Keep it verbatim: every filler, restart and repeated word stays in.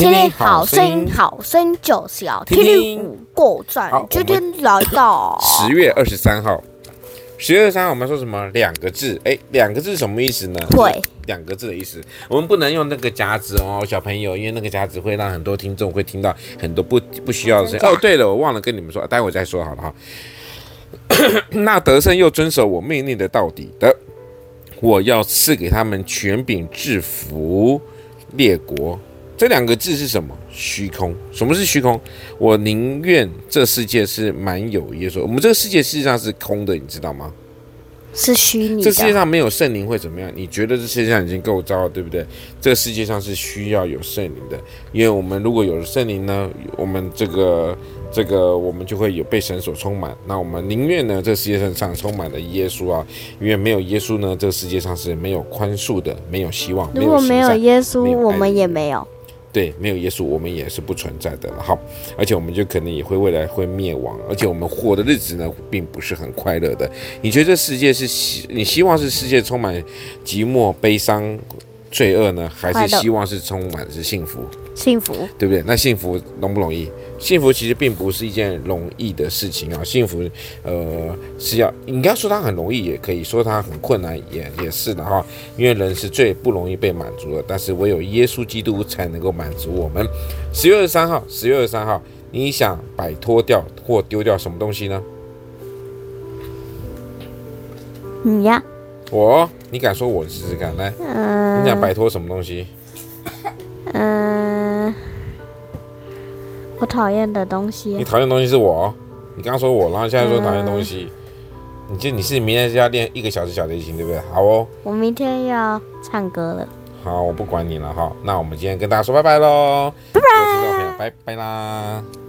听听好声音，好声音就是要听听五过传。今天来到十月二十三号，十月二十三号我们说什么？两个字，哎，两个字什么意思呢？ 会两个字的意思，我们不能用那个夹子哦，小朋友，因为那个夹子会让很多听众会听到很多不不需要的声音。哦，对了，我忘了跟你们说，待会再说好了哈。那得胜又遵守我命令的到底的，我要赐给他们权柄制服列国。这两个字是什么？虚空。什么是虚空？我宁愿这世界是满有耶稣。我们这个世界事实上是空的，你知道吗？ 是虚拟的。 这世界上没有圣灵会怎么样？你觉得这世界上已经够糟了，对不对？这个世界上是需要有圣灵的，因为我们如果有了圣灵呢，我们这个这个我们就会有被神所充满。那我们宁愿呢，这个世界上充满了耶稣啊，因为没有耶稣呢，这个世界上是没有宽恕的，没有希望。 如果没有耶稣，我们也没有。 对，没有耶稣，我们也是不存在的了。好，而且我们就可能也会未来会灭亡，而且我们活的日子呢，并不是很快乐的。你觉得这世界是希，你希望是世界充满寂寞、悲伤、罪恶呢，还是希望是充满是幸福？ 幸福， 对不对？那幸福容不容易？幸福其实并不是一件容易的事情啊。幸福，呃，是要你要说它很容易，也可以说它很困难，也也是的哈。因为人是最不容易被满足的，但是唯有耶稣基督才能够满足我们。十月二十三号，十月二十三号，你想摆脱掉或丢掉什么东西呢？ 你呀， 我，你敢说我试试看？来，嗯、你想摆脱什么东西？ 嗯，我讨厌的东西。 你讨厌的东西是我，你刚刚说我，然后现在说讨厌的东西。嗯、你就你是明天要练一个小时小提琴，对不对？好哦。 我明天要唱歌了。 好，我不管你了哈。那我们今天跟大家说拜拜喽， 拜拜， 拜拜啦。